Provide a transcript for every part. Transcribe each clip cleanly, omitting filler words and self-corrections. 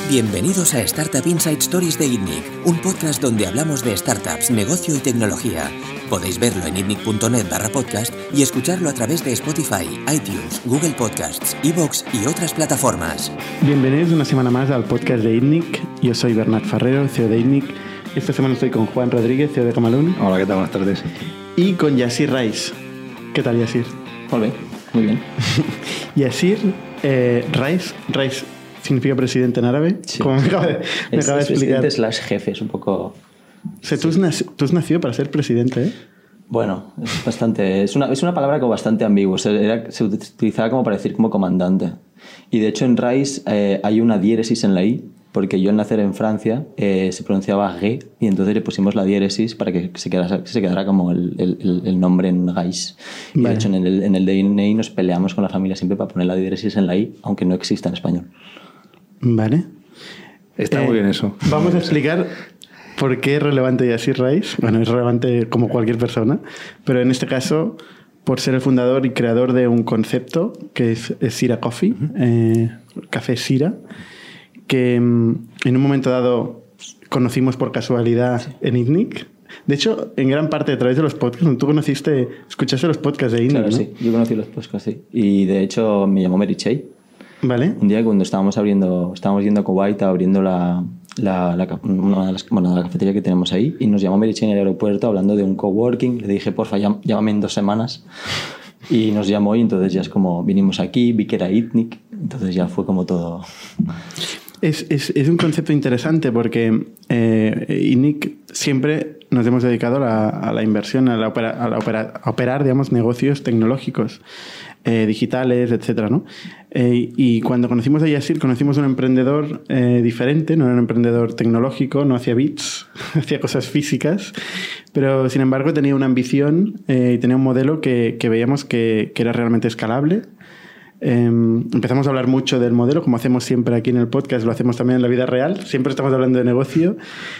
Bienvenidos a Startup Inside Stories de ITNIC, un podcast donde hablamos de startups, negocio y tecnología. Podéis verlo en itnic.net/podcast y escucharlo a través de Spotify, iTunes, Google Podcasts, iVoox y otras plataformas. Bienvenidos una semana más al podcast de ITNIC. Yo soy Bernat Ferrero, CEO de ITNIC. Esta semana estoy con Juan Rodríguez, CEO de Camalún. Hola, ¿qué tal? Buenas tardes. Y con Yassir Rais. ¿Qué tal, Yassir? Muy bien. Yassir Rais significa presidente en árabe. Sí. Como me acaba de explicar. Presidente slash jefe, es un poco... O sea, tú has nacido para ser presidente, ¿eh? Bueno, es bastante... Es una palabra como bastante ambigua. Se utilizaba como para decir como comandante. Y de hecho en Rais hay una diéresis en la I, porque yo al nacer en Francia se pronunciaba G, y entonces le pusimos la diéresis para que se quedara como el nombre en Rais. Y Vale. de hecho en el DNI nos peleamos con la familia siempre para poner la diéresis en la I, aunque no exista en español. Vale. Está muy bien eso. Vamos a explicar por qué es relevante Yassir Rais. Bueno, es relevante como cualquier persona, pero en este caso por ser el fundador y creador de un concepto que es Sira Coffee, Café Sira, que en un momento dado conocimos por casualidad en ITNIC. De hecho, en gran parte a través de los podcasts. Tú escuchaste los podcasts de ITNIC, Claro, ¿no? sí. Yo conocí los podcasts, sí. Y de hecho me llamó Mary Chey. ¿Vale? Un día cuando estábamos yendo a Kuwait abriendo la cafetería que tenemos ahí, y nos llamó Mary Chey en el aeropuerto hablando de un coworking. Le dije, porfa, llámame en 2 semanas. Y nos llamó, y entonces ya es como vinimos aquí, vi que era ITNIC, entonces ya fue como todo... Es un concepto interesante porque ITNIC siempre nos hemos dedicado a la inversión, a operar, digamos, negocios tecnológicos, digitales, etcétera, ¿no? Y cuando conocimos a Yassir, conocimos un emprendedor diferente, no era un emprendedor tecnológico, no hacía bits, hacía cosas físicas, pero sin embargo tenía una ambición y tenía un modelo que veíamos que era realmente escalable. Empezamos a hablar mucho del modelo, como hacemos siempre aquí en el podcast, lo hacemos también en la vida real, siempre estamos hablando de negocio,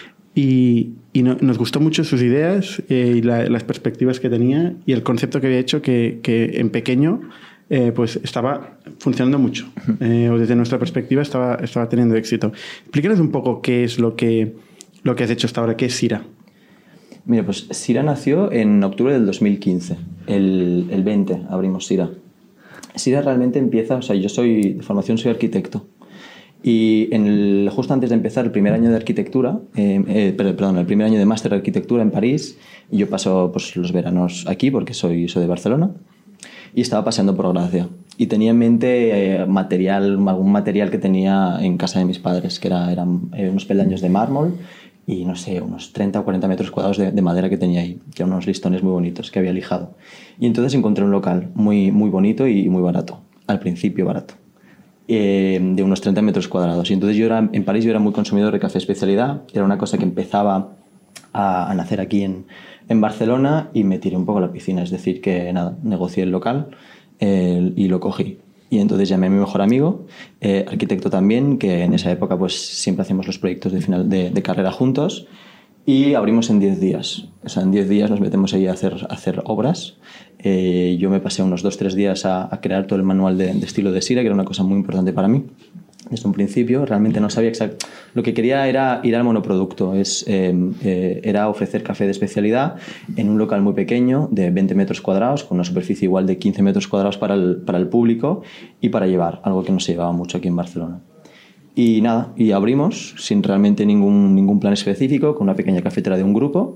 y nos gustó mucho sus ideas y las perspectivas que tenía y el concepto que había hecho que en pequeño pues estaba funcionando mucho, o desde nuestra perspectiva estaba teniendo éxito. Explícanos un poco qué es lo que has hecho hasta ahora, qué es Sira. Mira, pues Sira nació en octubre del 2015, el 20 abrimos Sira. Sira realmente empieza, o sea, yo de formación soy arquitecto, y justo antes de empezar el primer año de arquitectura, el primer año de máster de arquitectura en París, y yo paso pues, los veranos aquí porque soy de Barcelona, y estaba paseando por Gracia y tenía en mente algún material que tenía en casa de mis padres, que eran unos peldaños de mármol y no sé, unos 30 o 40 metros cuadrados de madera que tenía ahí, que eran unos listones muy bonitos que había lijado. Y entonces encontré un local muy, muy bonito y muy barato, al principio barato, de unos 30 metros cuadrados. Y entonces en París yo era muy consumidor de café especialidad, era una cosa que empezaba a nacer aquí en Barcelona, y me tiré un poco a la piscina, es decir, que nada, negocié el local y lo cogí. Y entonces llamé a mi mejor amigo, arquitecto también, que en esa época pues siempre hacíamos los proyectos de final de carrera juntos, y abrimos en 10 días. O sea, en 10 días nos metemos ahí a hacer obras. Yo me pasé unos 2-3 días a crear todo el manual de estilo de Sira, que era una cosa muy importante para mí. Desde un principio realmente no sabía exactamente. Lo que quería era ir al monoproducto, era ofrecer café de especialidad en un local muy pequeño de 20 metros cuadrados, con una superficie igual de 15 metros cuadrados para el público y para llevar, algo que no se llevaba mucho aquí en Barcelona. Y nada, y abrimos sin realmente ningún plan específico, con una pequeña cafetera de un grupo,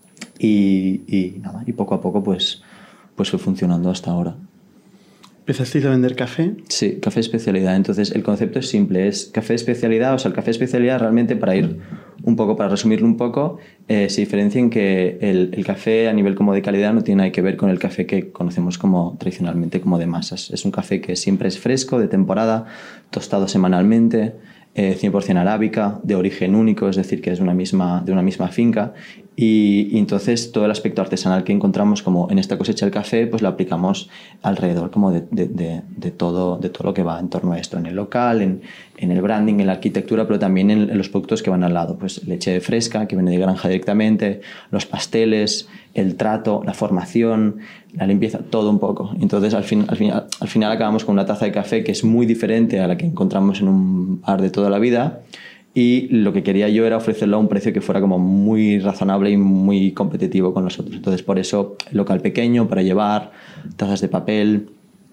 y nada, y poco a poco pues fue funcionando hasta ahora. ¿Empezasteis a vender café? Sí, café especialidad. Entonces el concepto es simple, es café especialidad. O sea, el café especialidad realmente, para resumirlo un poco, se diferencia en que el café a nivel como de calidad no tiene nada que ver con el café que conocemos tradicionalmente como de masas. Es un café que siempre es fresco, de temporada, tostado semanalmente, 100% arábica, de origen único, es decir, que es de una misma finca, Y entonces todo el aspecto artesanal que encontramos como en esta cosecha del café, pues lo aplicamos alrededor como de todo lo que va en torno a esto, en el local, en el branding, en la arquitectura, pero también en los productos que van al lado. Pues leche fresca, que viene de granja directamente, los pasteles, el trato, la formación, la limpieza, todo un poco. Entonces al final acabamos con una taza de café que es muy diferente a la que encontramos en un bar de toda la vida. Y lo que quería yo era ofrecerlo a un precio que fuera como muy razonable y muy competitivo con los otros. Entonces, por eso, local pequeño para llevar, tazas de papel,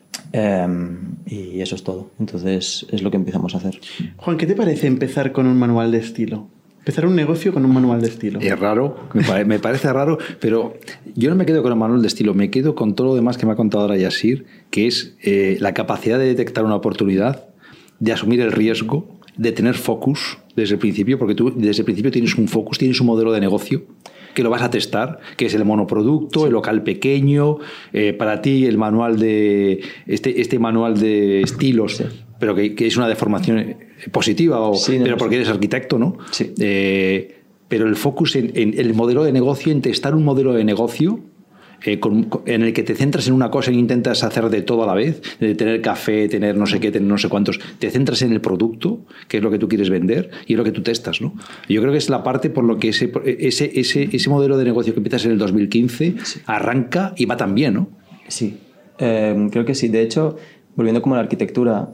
y eso es todo. Entonces, es lo que empezamos a hacer. Juan, ¿qué te parece empezar con un manual de estilo? Empezar un negocio con un manual de estilo. Es raro, me parece raro, pero yo no me quedo con el manual de estilo, me quedo con todo lo demás que me ha contado ahora Yassir, que es la capacidad de detectar una oportunidad, de asumir el riesgo, de tener focus desde el principio, porque tú desde el principio tienes un focus, tienes un modelo de negocio que lo vas a testar, que es el monoproducto, sí. El local pequeño, para ti el manual de este manual de estilos, sí. Pero que es una deformación positiva, sí, pero porque eres arquitecto, ¿no? Sí. Pero el focus en el modelo de negocio, en testar un modelo de negocio, en el que te centras en una cosa e intentas hacer de todo a la vez, de tener café, tener no sé qué, tener no sé cuántos, te centras en el producto, que es lo que tú quieres vender, y es lo que tú testas, ¿no? Yo creo que es la parte por lo que ese modelo de negocio que empiezas en el 2015 sí. Arranca y va tan bien, ¿no? Sí, creo que sí. De hecho, volviendo como a la arquitectura,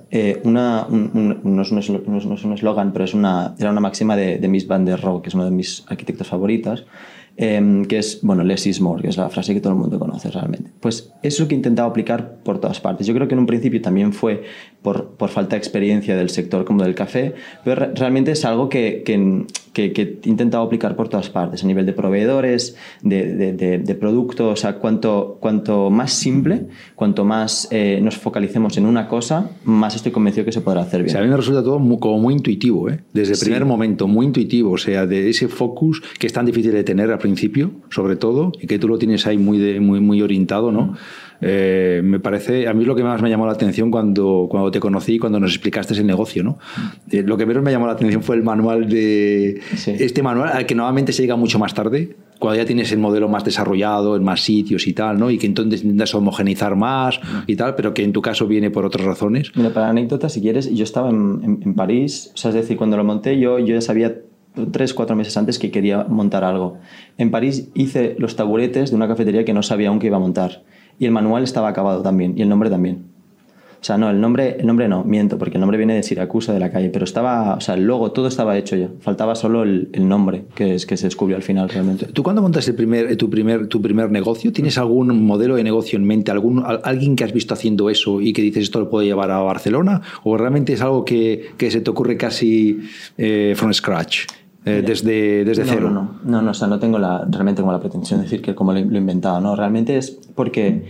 no es un eslogan, pero era una máxima de Mies van der Rohe, que es uno de mis arquitectos favoritos, que es, bueno, less is more, que es la frase que todo el mundo conoce realmente. Pues eso es lo que he intentado aplicar por todas partes. Yo creo que en un principio también fue por falta de experiencia del sector como del café, pero realmente es algo que he intentado aplicar por todas partes, a nivel de proveedores, de productos. O sea, cuanto más simple, cuanto más nos focalicemos en una cosa, más estoy convencido que se podrá hacer bien. O sea, a mí me resulta todo como muy intuitivo, ¿eh? Desde el primer momento, muy intuitivo. O sea, de ese focus que es tan difícil de tener al principio, sobre todo, y que tú lo tienes ahí muy orientado, ¿no? Me parece, a mí lo que más me llamó la atención cuando te conocí, cuando nos explicaste ese negocio, ¿no? Lo que menos me llamó la atención fue el manual este manual al que normalmente se llega mucho más tarde, cuando ya tienes el modelo más desarrollado, en más sitios y tal, ¿no? Y que entonces intentas homogeneizar más y tal, pero que en tu caso viene por otras razones. Mira, para anécdota, si quieres, yo estaba en París, o sea, es decir, cuando lo monté yo ya sabía 3-4 meses antes que quería montar algo. En París hice los taburetes de una cafetería que no sabía aún que iba a montar. Y el manual estaba acabado también, y el nombre también. O sea, no, el nombre no, miento, porque el nombre viene de Siracusa, de la calle, pero estaba, o sea, el logo, todo estaba hecho ya. Faltaba solo el nombre, que se descubrió al final realmente. ¿Tú cuando montas tu primer negocio, tienes algún modelo de negocio en mente, alguien que has visto haciendo eso y que dices esto lo puedo llevar a Barcelona? ¿O realmente es algo que se te ocurre casi from scratch? Desde cero. No, o sea, no tengo realmente como la pretensión de decir que como lo he inventado, ¿no? Realmente es porque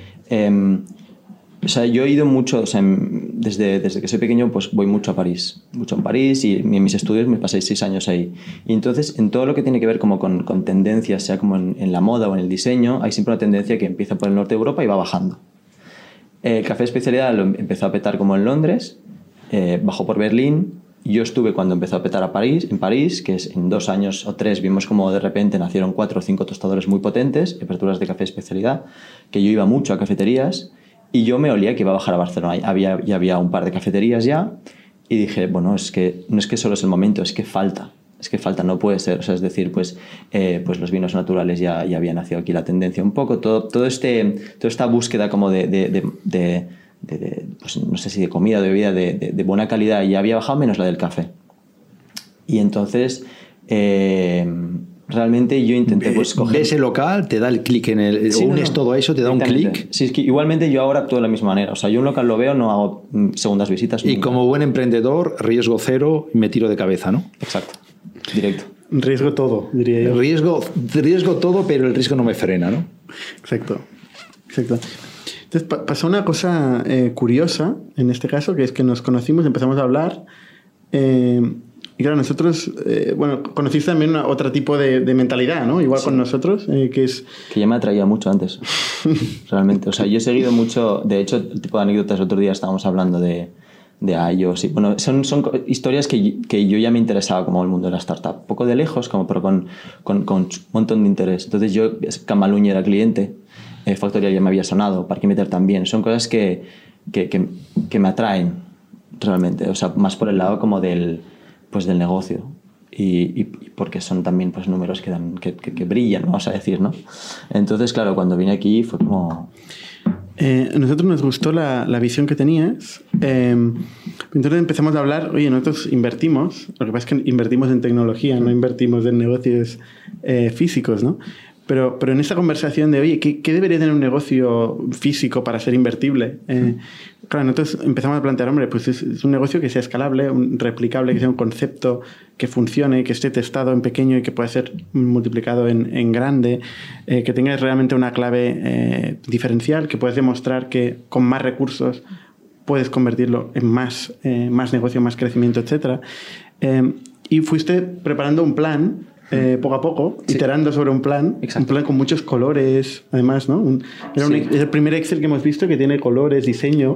o sea, yo he ido mucho, o sea, desde que soy pequeño pues voy mucho a París, y en mis estudios me pasé 6 años ahí. Y entonces en todo lo que tiene que ver como con tendencias, sea como en la moda o en el diseño, hay siempre una tendencia que empieza por el norte de Europa y va bajando. El café de especialidad lo empezó a petar como en Londres, bajó por Berlín. Yo estuve cuando empezó a petar en París, que es en 2 años o 3 vimos como de repente nacieron 4 o 5 tostadores muy potentes, aperturas de café de especialidad, que yo iba mucho a cafeterías y yo me olía que iba a bajar a Barcelona. Ya había un par de cafeterías ya y dije, bueno, no es que solo es el momento, es que falta, no puede ser. O sea, es decir, pues los vinos naturales ya había nacido aquí la tendencia un poco, toda esta búsqueda como pues no sé si de comida o de bebida de buena calidad ya había bajado, menos la del café. Y entonces realmente yo intenté pues coger... ¿Ves el local? ¿Te da el clic en el... Sí, unes todo eso? ¿Te da un clic? Sí, es que igualmente yo ahora actúo de la misma manera. O sea, yo un local lo veo, no hago segundas visitas. Y como buen emprendedor, riesgo cero, me tiro de cabeza, ¿no? Exacto, directo. Riesgo todo, diría yo. Riesgo todo, pero el riesgo no me frena, ¿no? Exacto. Entonces pasó una cosa curiosa en este caso, que es que nos conocimos, empezamos a hablar y claro, nosotros, conociste también otro tipo de mentalidad, ¿no? Igual sí. Con nosotros, que es... Que ya me atraía mucho antes, realmente. O sea, yo he seguido mucho, de hecho, el tipo de anécdotas, el otro día estábamos hablando de de iOS. Y, bueno, son historias que yo ya me interesaba como el mundo de la startup. Poco de lejos, pero con un montón de interés. Entonces yo, Camaluña era cliente, Factorial ya me había sonado, Parkimeter también. Son cosas que me atraen realmente. O sea, más por el lado como del negocio. Y porque son también pues números que brillan, vamos a decir, ¿no? Entonces, claro, cuando vine aquí fue como... A nosotros nos gustó la visión que tenías. Entonces empezamos a hablar, oye, nosotros invertimos, lo que pasa es que invertimos en tecnología, no invertimos en negocios físicos, ¿no? Pero en esta conversación de, oye, ¿qué debería tener un negocio físico para ser invertible? Claro, nosotros empezamos a plantear, hombre, pues es un negocio que sea escalable, replicable, que sea un concepto que funcione, que esté testado en pequeño y que pueda ser multiplicado en grande, que tenga realmente una clave diferencial, que puedas demostrar que con más recursos puedes convertirlo en más negocio, más crecimiento, etc. Y fuiste preparando un plan poco a poco, sí, iterando sobre un plan. Exacto. Un plan con muchos colores, además, ¿no? Es el primer Excel que hemos visto que tiene colores, diseño.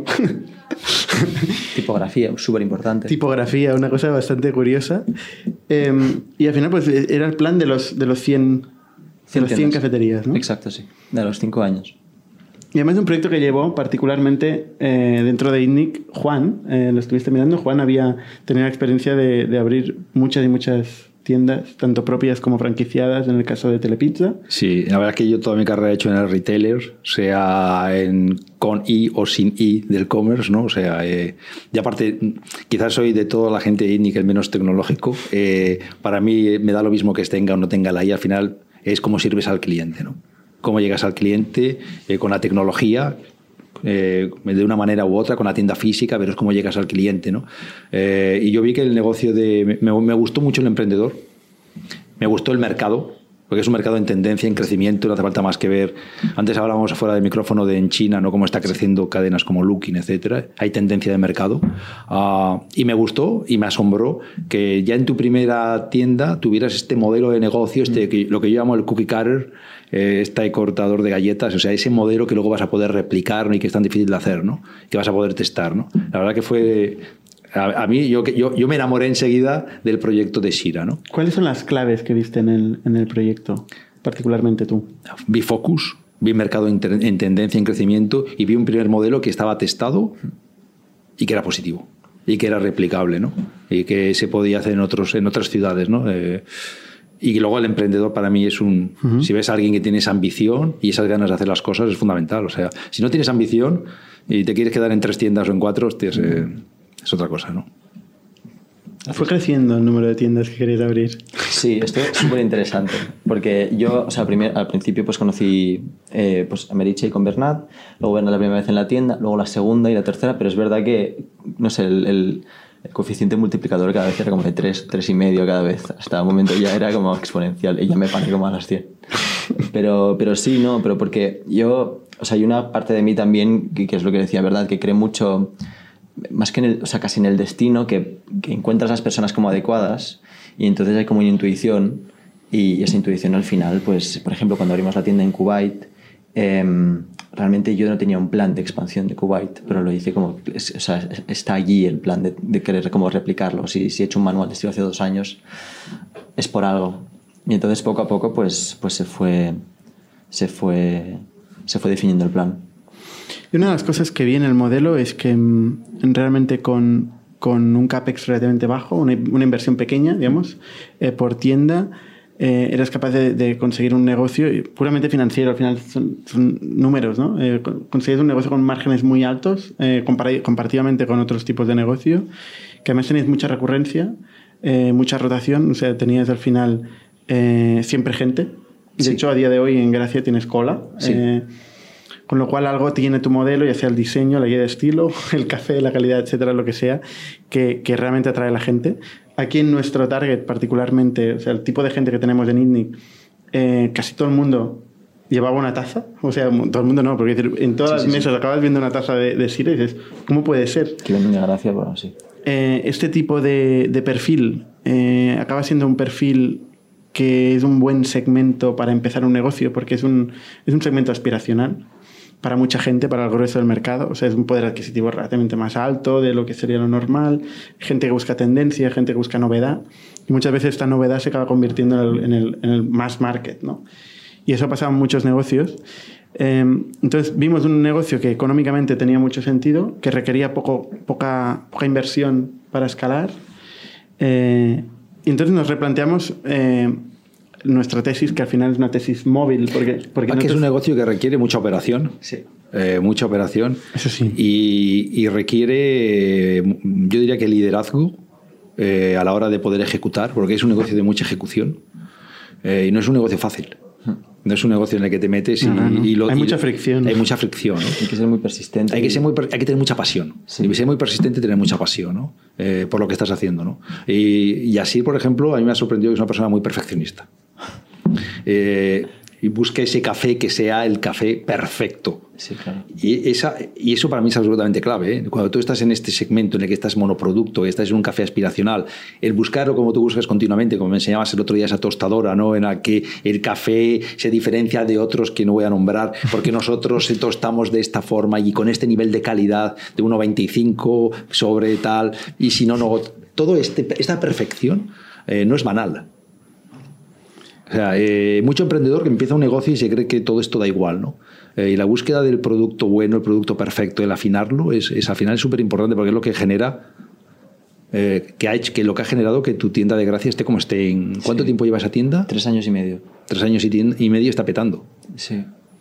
Tipografía, súper importante. Tipografía, una cosa bastante curiosa. Y al final, pues, era el plan de los 100 cafeterías, ¿no? Exacto, sí. De los 5 años. Y además de un proyecto que llevó particularmente dentro de ITNIC, Juan, lo estuviste mirando, Juan había tenido la experiencia de abrir muchas y muchas tiendas, tanto propias como franquiciadas, en el caso de Telepizza. Sí, la verdad es que yo toda mi carrera he hecho en el retailer, sea con I o sin I del commerce, ¿no? O sea, y aparte, quizás soy de toda la gente de ITNIC el menos tecnológico. Para mí me da lo mismo que tenga o no tenga la I, al final es cómo sirves al cliente, ¿no? Cómo llegas al cliente con la tecnología, de una manera u otra, con la tienda física, pero es cómo llegas al cliente, ¿no? Y yo vi que el negocio me gustó mucho el emprendedor, me gustó el mercado, porque es un mercado en tendencia, en crecimiento, no hace falta más que ver. Antes hablábamos fuera del micrófono en China, ¿no? Cómo está creciendo cadenas como Luckin, etcétera. Hay tendencia de mercado. Y me gustó y me asombró que ya en tu primera tienda tuvieras este modelo de negocio, lo que yo llamo el cookie cutter, este cortador de galletas, o sea, ese modelo que luego vas a poder replicar, ¿no? Y que es tan difícil de hacer, ¿no? Que vas a poder testar, ¿no? La verdad que fue... A mí, yo me enamoré enseguida del proyecto de Shira, ¿no? ¿Cuáles son las claves que viste en el proyecto, particularmente tú? Vi focus, vi mercado en tendencia, en crecimiento, y vi un primer modelo que estaba testado y que era positivo, y que era replicable, ¿no? Y que se podía hacer en otras ciudades, ¿no? Y luego el emprendedor para mí es si ves a alguien que tiene esa ambición y esas ganas de hacer las cosas, es fundamental. O sea, si no tienes ambición y te quieres quedar en 3 tiendas o en 4, hostias, es otra cosa, ¿no? ¿Fue creciendo el número de tiendas que querías abrir? Sí, esto es súper interesante, porque yo, o sea, al principio pues conocí pues a Meritxell con Bernat, luego Bernat la primera vez en la tienda, luego la segunda y la tercera, pero es verdad que, no sé, el coeficiente multiplicador cada vez era como de 3,5 cada vez, hasta un momento ya era como exponencial y ya me paré como a las 100. Pero sí, no, pero porque yo, o sea, hay una parte de mí también, que es lo que decía, ¿verdad?, que cree mucho... más que o sea, casi en el destino, que encuentras a las personas como adecuadas y entonces hay como una intuición y esa intuición al final, pues, por ejemplo, cuando abrimos la tienda en Kuwait, realmente yo no tenía un plan de expansión de Kuwait, pero lo hice como, o sea, está allí el plan de querer como replicarlo. Si he hecho un manual de estilo hace 2 años, es por algo. Y entonces poco a poco pues se fue definiendo el plan. Y una de las cosas que vi en el modelo es que realmente con un CAPEX relativamente bajo, una inversión pequeña, digamos, por tienda, eres capaz de conseguir un negocio puramente financiero. Al final son números, ¿no? Conseguir un negocio con márgenes muy altos comparativamente con otros tipos de negocio, que además tenías mucha recurrencia, mucha rotación, o sea, tenías al final siempre gente. De hecho, a día de hoy en Gracia tienes cola. Sí. Con lo cual algo tiene tu modelo, ya sea el diseño, la guía de estilo, el café, la calidad, etcétera, lo que sea, que realmente atrae a la gente. Aquí en nuestro target particularmente, o sea, el tipo de gente que tenemos en ITNIC, casi todo el mundo llevaba una taza. O sea, todo el mundo no, porque en todas las mesas acabas viendo una taza de Shira y dices, ¿cómo puede ser? Que venga Gracia, bueno, sí. Este tipo de perfil acaba siendo un perfil que es un buen segmento para empezar un negocio, porque es un segmento aspiracional. para mucha gente, para el grueso del mercado. O sea, es un poder adquisitivo relativamente más alto de lo que sería lo normal. Gente que busca tendencia, gente que busca novedad. Y muchas veces esta novedad se acaba convirtiendo en el mass market, ¿no? Y eso ha pasado en muchos negocios. Entonces vimos un negocio que económicamente tenía mucho sentido, que requería poca inversión para escalar. Y entonces nos replanteamos nuestra tesis, que al final es una tesis móvil. Porque es un negocio que requiere mucha operación. Sí. Mucha operación. Eso sí. Y requiere, yo diría que liderazgo a la hora de poder ejecutar, porque es un negocio de mucha ejecución y no es un negocio fácil. No es un negocio en el que te metes y hay mucha fricción. Hay mucha fricción, ¿no? Hay que ser muy persistente. Hay que tener mucha pasión. Sí. Y ser muy persistente y tener mucha pasión, ¿no? Por lo que estás haciendo, ¿no? Y así, por ejemplo, a mí me ha sorprendido que es una persona muy perfeccionista. Y busca ese café que sea el café perfecto. Sí, claro. Y eso para mí es absolutamente clave, ¿eh? Cuando tú estás en este segmento en el que estás monoproducto, estás en un café aspiracional, el buscarlo como tú buscas continuamente, como me enseñabas el otro día, esa tostadora, ¿no? En la que el café se diferencia de otros que no voy a nombrar, porque nosotros tostamos de esta forma y con este nivel de calidad de 1,25 sobre tal, y si no, todo esta perfección no es banal. O sea, mucho emprendedor que empieza un negocio y se cree que todo esto da igual, ¿no? Y la búsqueda del producto bueno, el producto perfecto, el afinarlo, al final es súper importante porque es lo que genera, lo que ha generado que tu tienda de Gracia esté como esté. ¿Cuánto tiempo lleva esa tienda? 3 años y medio. 3 años y medio está petando. Sí.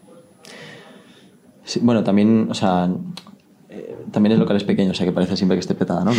Bueno, también, o sea, también es locales pequeños, o sea, que parece siempre que esté petada, ¿no?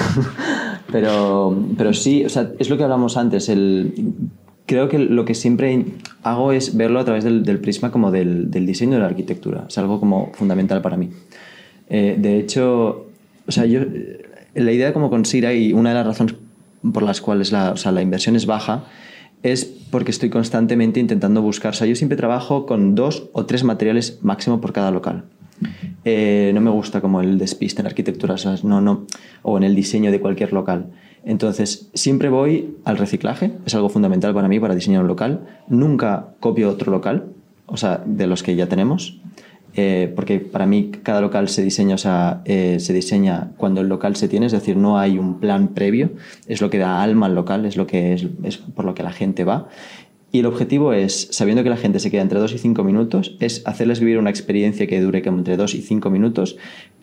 Pero sí, o sea, es lo que hablamos antes, creo que lo que siempre hago es verlo a través del prisma como del diseño de la arquitectura. Es algo como fundamental para mí. De hecho, o sea, la idea como con Sira, y una de las razones por las cuales la inversión es baja, es porque estoy constantemente intentando buscar. O sea, yo siempre trabajo con 2 o 3 materiales máximo por cada local. No me gusta como el despiste en arquitectura, o sea, o en el diseño de cualquier local. Entonces, siempre voy al reciclaje, es algo fundamental para mí para diseñar un local. Nunca copio otro local, o sea, de los que ya tenemos, porque para mí cada local se diseña cuando el local se tiene, es decir, no hay un plan previo, es lo que da alma al local, es por lo que la gente va. Y el objetivo es, sabiendo que la gente se queda entre 2 y 5 minutos, es hacerles vivir una experiencia que dure como entre 2 y 5 minutos,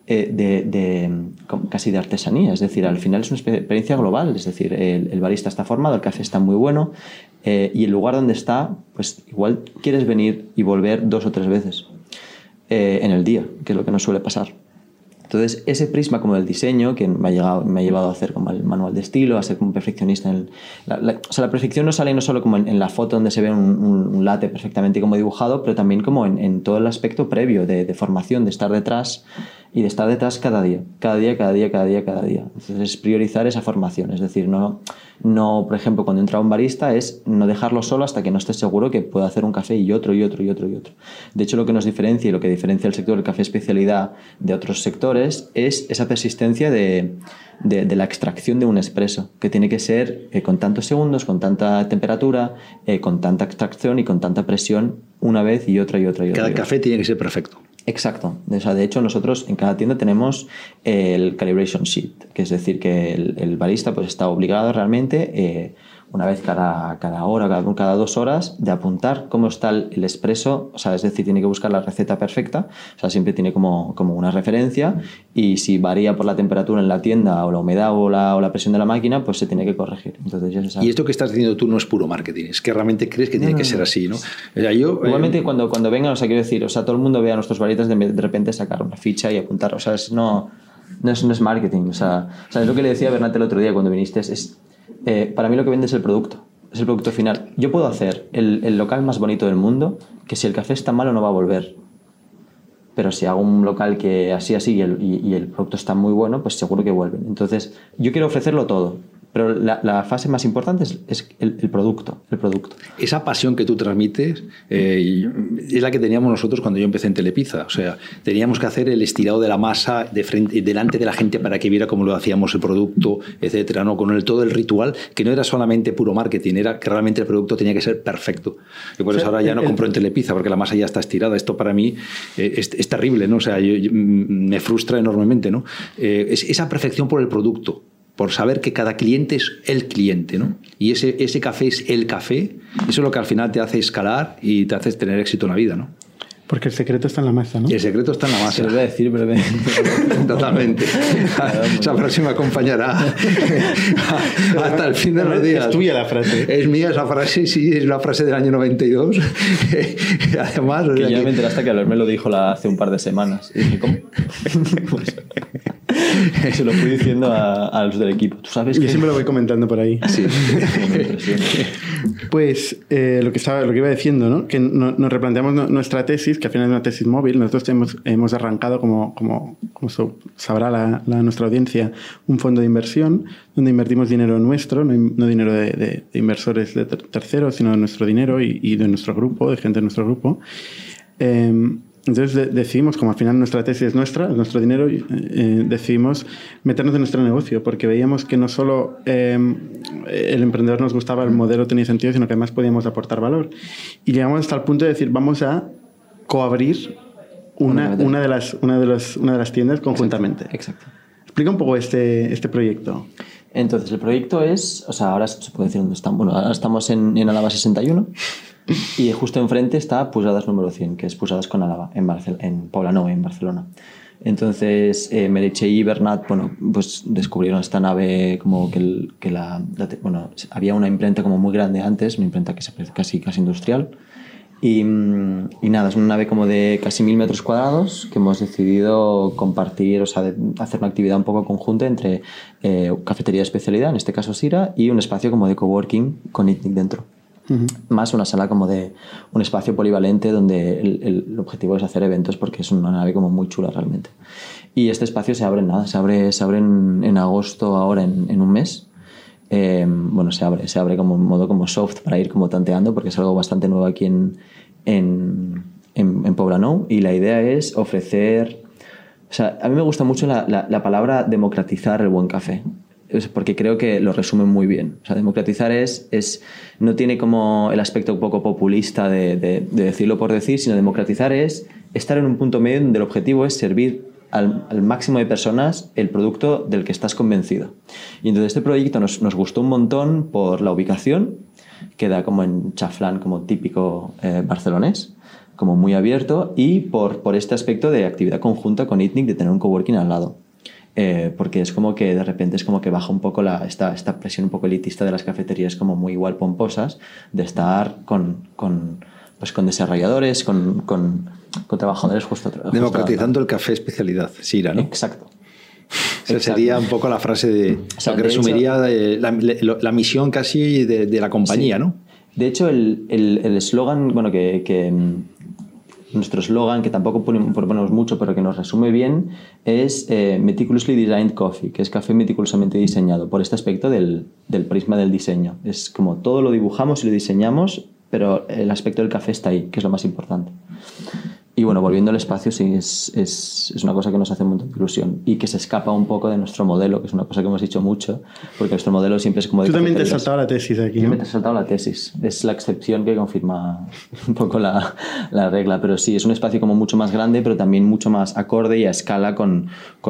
casi de artesanía. Es decir, al final es una experiencia global. Es decir, el barista está formado, el café está muy bueno, y el lugar donde está, pues igual quieres venir y volver 2 o 3 veces en el día, que es lo que nos suele pasar. Entonces, ese prisma como del diseño, que me ha llevado a hacer como el manual de estilo, a ser como perfeccionista. O sea, la perfección no sale no solo como en la foto donde se ve un latte perfectamente como dibujado, pero también como en todo el aspecto previo de formación, de estar detrás y de estar detrás cada día. Entonces, es priorizar esa formación. Es decir, no, por ejemplo, cuando entra un barista es no dejarlo solo hasta que no estés seguro que puede hacer un café y otro. De hecho, lo que nos diferencia y lo que diferencia el sector del café especialidad de otros sectores es esa persistencia de la extracción de un espresso, que tiene que ser con tantos segundos, con tanta temperatura, con tanta extracción y con tanta presión una vez y otra. Cada café tiene que ser perfecto. Exacto. O sea, de hecho, nosotros en cada tienda tenemos el calibration sheet, que es decir, que el barista pues está obligado realmente una vez cada hora, cada 2 horas, de apuntar cómo está el espresso. O sea, es decir, tiene que buscar la receta perfecta. O sea, siempre tiene como una referencia, y si varía por la temperatura en la tienda o la humedad o la presión de la máquina, pues se tiene que corregir. Entonces, ya se sabe. Y esto que estás diciendo tú no es puro marketing, es que realmente crees que tiene que ser así, ¿no? O sea, igualmente, cuando vengan, o sea, quiero decir, o sea, todo el mundo ve a nuestros baristas de repente sacar una ficha y apuntar. O sea, no es marketing. O sea, es lo que le decía a Bernat el otro día cuando viniste, para mí lo que vende es el producto. Es el producto final. Yo puedo hacer el local más bonito del mundo, que si el café está malo no va a volver. Pero si hago un local que así y el producto está muy bueno, pues seguro que vuelven. Entonces, yo quiero ofrecerlo todo. Pero la fase más importante es el producto. Esa pasión que tú transmites es la que teníamos nosotros cuando yo empecé en Telepizza. O sea, teníamos que hacer el estirado de la masa delante de la gente para que viera cómo lo hacíamos el producto, etcétera, ¿no? Con todo el ritual, que no era solamente puro marketing, era que realmente el producto tenía que ser perfecto. Y por eso ahora ya no compro en Telepizza, porque la masa ya está estirada. Esto para mí es terrible, ¿no? O sea, me frustra enormemente, ¿no? Esa perfección por el producto, por saber que cada cliente es el cliente, ¿no? Y ese café es el café. Eso es lo que al final te hace escalar y te hace tener éxito en la vida, ¿no? Porque el secreto está en la masa, ¿no? El secreto está en la masa. Se lo voy a decir, pero... Totalmente. Esa frase me acompañará hasta el fin de los días. Es tuya la frase. Es mía esa frase, sí, es una frase del año 92. Además... Que ya me enteraste que Albert me lo dijo hace un par de semanas. Y dije, ¿cómo? Pues, se lo fui diciendo a los del equipo. ¿Tú sabes que...? Yo siempre lo voy comentando por ahí. Sí. Me impresiona. Pues lo que iba diciendo, ¿no? Que nos replanteamos nuestra tesis, que al final es una tesis móvil. Nosotros hemos arrancado, como sabrá nuestra audiencia, un fondo de inversión donde invertimos dinero nuestro, no dinero de inversores de terceros, sino de nuestro dinero y de nuestro grupo, de gente de nuestro grupo. Entonces decidimos, como al final nuestra tesis es nuestro dinero, decidimos meternos en nuestro negocio, porque veíamos que no solo el emprendedor nos gustaba, el modelo tenía sentido, sino que además podíamos aportar valor. Y llegamos hasta el punto de decir, vamos a coabrir una de las tiendas conjuntamente. Exacto. Explica un poco este proyecto. Entonces, el proyecto es... O sea, ahora se puede decir dónde estamos. Bueno, ahora estamos en Álava 61 y justo enfrente está Pujadas número 100, que es Pujadas con Álava, en Poblenou, en Barcelona. Entonces, Meritxell y Bernat, bueno, pues descubrieron esta nave como bueno, había una imprenta como muy grande antes, una imprenta que se parece casi industrial. Y nada, es una nave como de casi 1000 metros cuadrados que hemos decidido compartir, o sea, hacer una actividad un poco conjunta entre cafetería de especialidad, en este caso Sira, y un espacio como de coworking con ITNIC dentro. Uh-huh. Más una sala como de un espacio polivalente donde el objetivo es hacer eventos, porque es una nave como muy chula realmente. Y este espacio se abre en agosto, ahora en un mes. Bueno, se abre como en modo como soft para ir como tanteando, porque es algo bastante nuevo aquí en Poblenou, y la idea es ofrecer... O sea, a mí me gusta mucho la palabra democratizar el buen café, porque creo que lo resume muy bien. O sea, democratizar no tiene como el aspecto un poco populista de decirlo por decir, sino democratizar es estar en un punto medio donde el objetivo es servir al máximo de personas el producto del que estás convencido. Y entonces este proyecto nos gustó un montón por la ubicación, queda como en Chaflán, como típico barcelonés, como muy abierto, y por este aspecto de actividad conjunta con ITNIC, de tener un coworking al lado. Porque es como que de repente es como que baja un poco esta presión un poco elitista de las cafeterías como muy igual pomposas, de estar con desarrolladores, con trabajadores justo democratizando el café especialidad, Sira, ¿no? Exacto. Esa sería un poco la frase lo que resumiría la misión casi de la compañía, sí. ¿No? De hecho, el eslogan, bueno, que nuestro eslogan, que tampoco proponemos mucho, pero que nos resume bien, es Meticulously Designed Coffee, que es café meticulosamente diseñado, por este aspecto del prisma del diseño. Es como todo lo dibujamos y lo diseñamos, pero el aspecto del café está ahí, que es lo más importante. Y bueno, volviendo al espacio, sí, es una cosa que nos hace un montón de ilusión y que se escapa un poco de nuestro modelo, que es una cosa que hemos dicho mucho, porque nuestro modelo siempre es como... Tú también te has saltado la tesis aquí, ¿no? Yo me he saltado la tesis. Es la excepción que confirma un poco la regla, pero sí, es un espacio como mucho más grande, pero también mucho más acorde y a escala con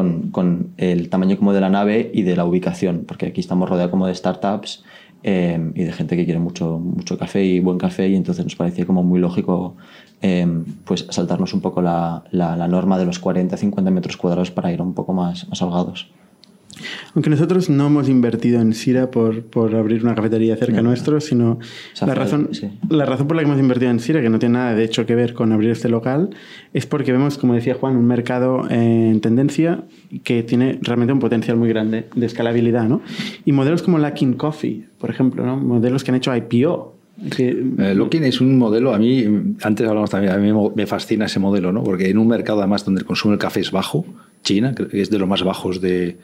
el tamaño como de la nave y de la ubicación, porque aquí estamos rodeados como de startups y de gente que quiere mucho café y buen café, y entonces nos parecía como muy lógico pues saltarnos un poco la norma de los 40-50 metros cuadrados para ir un poco más holgados. Aunque nosotros no hemos invertido en Sira por abrir una cafetería cerca nuestro, sino la razón por la que hemos invertido en Sira, que no tiene nada de hecho que ver con abrir este local, es porque vemos, como decía Juan, un mercado en tendencia que tiene realmente un potencial muy grande de escalabilidad, ¿no? Y modelos como Luckin Coffee, por ejemplo, ¿no? Modelos que han hecho IPO. Luckin es un modelo, a mí, antes hablamos también, a mí me fascina ese modelo, ¿no? Porque en un mercado además donde el consumo del café es bajo, China, que es de los más bajos de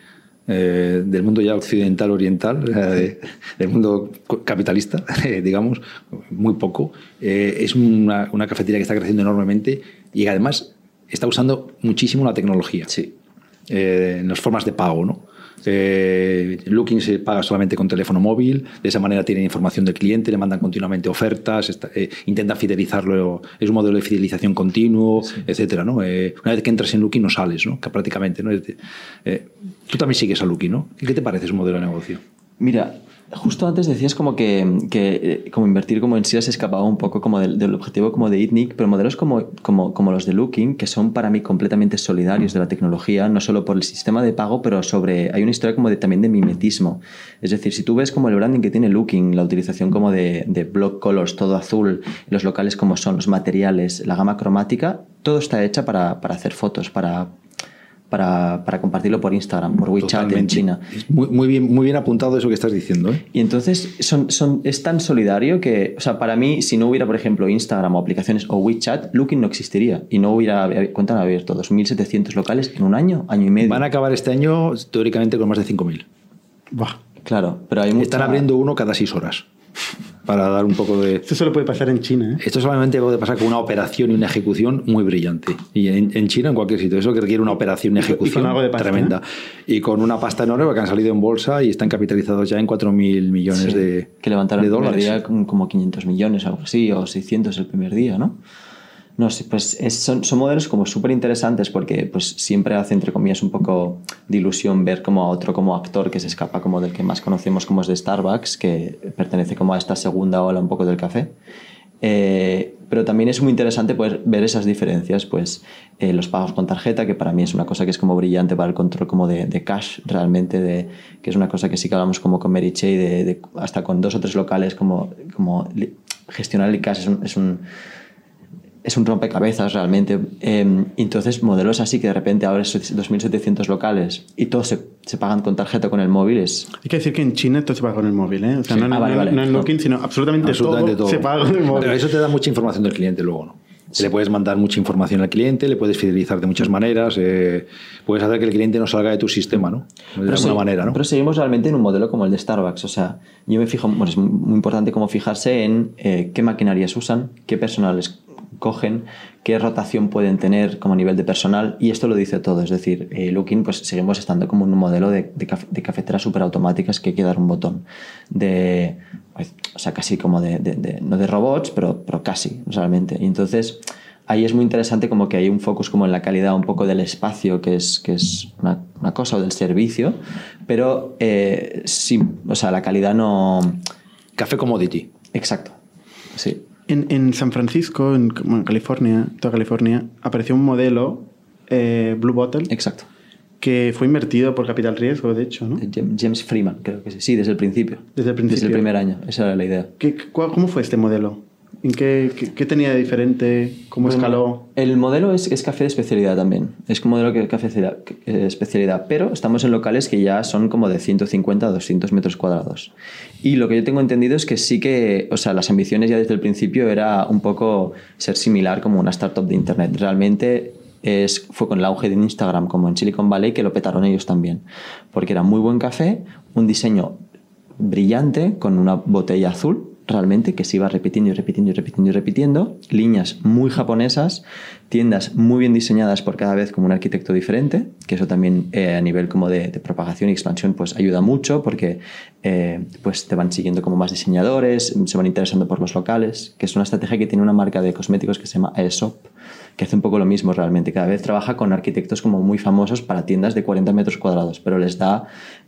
del mundo ya occidental, oriental, del mundo capitalista, digamos, muy poco. Es una cafetería que está creciendo enormemente y además está usando muchísimo la tecnología. Sí. En las formas de pago, ¿no? Looking se paga solamente con teléfono móvil, de esa manera tienen información del cliente, le mandan continuamente ofertas, intentan fidelizarlo, es un modelo de fidelización continuo, sí, etcétera, ¿no? Una vez que entras en Looking no sales, ¿no? Que prácticamente, ¿no? Tú también sigues a Looking, ¿no? ¿Qué te parece ese modelo de negocio? Mira, justo antes decías como que como invertir como en Sira se escapaba un poco como del objetivo como de Itnic, pero modelos como los de Looking, que son para mí completamente solidarios de la tecnología, no solo por el sistema de pago, pero hay una historia como también de mimetismo. Es decir, si tú ves como el branding que tiene Looking, la utilización como de block colors, todo azul, los locales como son, los materiales, la gama cromática, todo está hecha para hacer fotos, para compartirlo por Instagram, por WeChat. Totalmente. En China. Es muy bien apuntado eso que estás diciendo, ¿eh? Y entonces es tan solidario que, o sea, para mí, si no hubiera, por ejemplo, Instagram o aplicaciones o WeChat, Looking no existiría y no hubiera, ¿cuánto han abierto? 2.700 locales en un año y medio. Van a acabar este año, teóricamente, con más de 5.000. Buah. Claro, pero hay Están abriendo uno cada 6 horas. Para dar un poco de... Esto solo puede pasar en China, ¿eh? Esto solamente puede pasar con una operación y una ejecución muy brillante. Y en China, en cualquier sitio. Eso que requiere una operación y ejecución algo de pasta, tremenda. ¿Eh? Y con una pasta enorme, porque han salido en bolsa y están capitalizados ya en 4.000 millones de que levantaron de dólares. El primer día como 500 millones, algo así, o 600 el primer día, ¿no? No sé, pues son modelos como súper interesantes porque pues siempre hace, entre comillas, un poco de ilusión ver como a otro como actor que se escapa como del que más conocemos como es de Starbucks, que pertenece como a esta segunda ola un poco del café. Pero también es muy interesante poder ver esas diferencias, pues los pagos con tarjeta, que para mí es una cosa que es como brillante para el control como de cash realmente, que es una cosa que sí que hablamos como con Mary Chey, de hasta con 2 o 3 locales como gestionar el cash es un rompecabezas realmente. Entonces, modelos así que de repente abres 2.700 locales y todos se pagan con tarjeta con el móvil es... Hay que decir que en China todo se paga con el móvil, ¿eh? O sea, sí. No en Looking, sino absolutamente todo se paga con el móvil. Pero eso te da mucha información del cliente luego, ¿no? Sí. Le puedes mandar mucha información al cliente, le puedes fidelizar de muchas maneras, puedes hacer que el cliente no salga de tu sistema, ¿no? De alguna manera, ¿no? Pero seguimos realmente en un modelo como el de Starbucks. O sea, yo me fijo, bueno, es muy importante como fijarse en qué maquinarias usan, qué personales cogen, qué rotación pueden tener como a nivel de personal, y esto lo dice todo. Es decir, Looking, pues seguimos estando como en un modelo de cafeteras súper automáticas que hay que dar un botón o sea, casi como no de robots, pero casi realmente. Y entonces ahí es muy interesante como que hay un focus como en la calidad un poco del espacio, que es una cosa, o del servicio, pero sí, o sea, la calidad no... Café commodity. Exacto, sí. En San Francisco, en California, toda California, apareció un modelo, Blue Bottle. Exacto. Que fue invertido por Capital Riesgo, de hecho, ¿no? James Freeman, creo que sí. Sí, desde el principio. Desde el principio. Desde el primer año, esa era la idea. ¿Cómo fue este modelo? ¿En qué tenía de diferente? ¿Cómo escaló? El modelo es café de especialidad también. Es un modelo que café de especialidad, pero estamos en locales que ya son como de 150 a 200 metros cuadrados. Y lo que yo tengo entendido es que sí que, o sea, las ambiciones ya desde el principio era un poco ser similar como una startup de internet. Realmente fue con el auge de Instagram como en Silicon Valley que lo petaron ellos también. Porque era muy buen café, un diseño brillante con una botella azul realmente que se iba repitiendo y repitiendo y repitiendo y repitiendo, líneas muy japonesas, tiendas muy bien diseñadas por cada vez como un arquitecto diferente, que eso también a nivel como de propagación y expansión pues ayuda mucho porque pues te van siguiendo como más diseñadores, se van interesando por los locales, que es una estrategia que tiene una marca de cosméticos que se llama Aesop, que hace un poco lo mismo realmente, cada vez trabaja con arquitectos como muy famosos para tiendas de 40 metros cuadrados, pero les da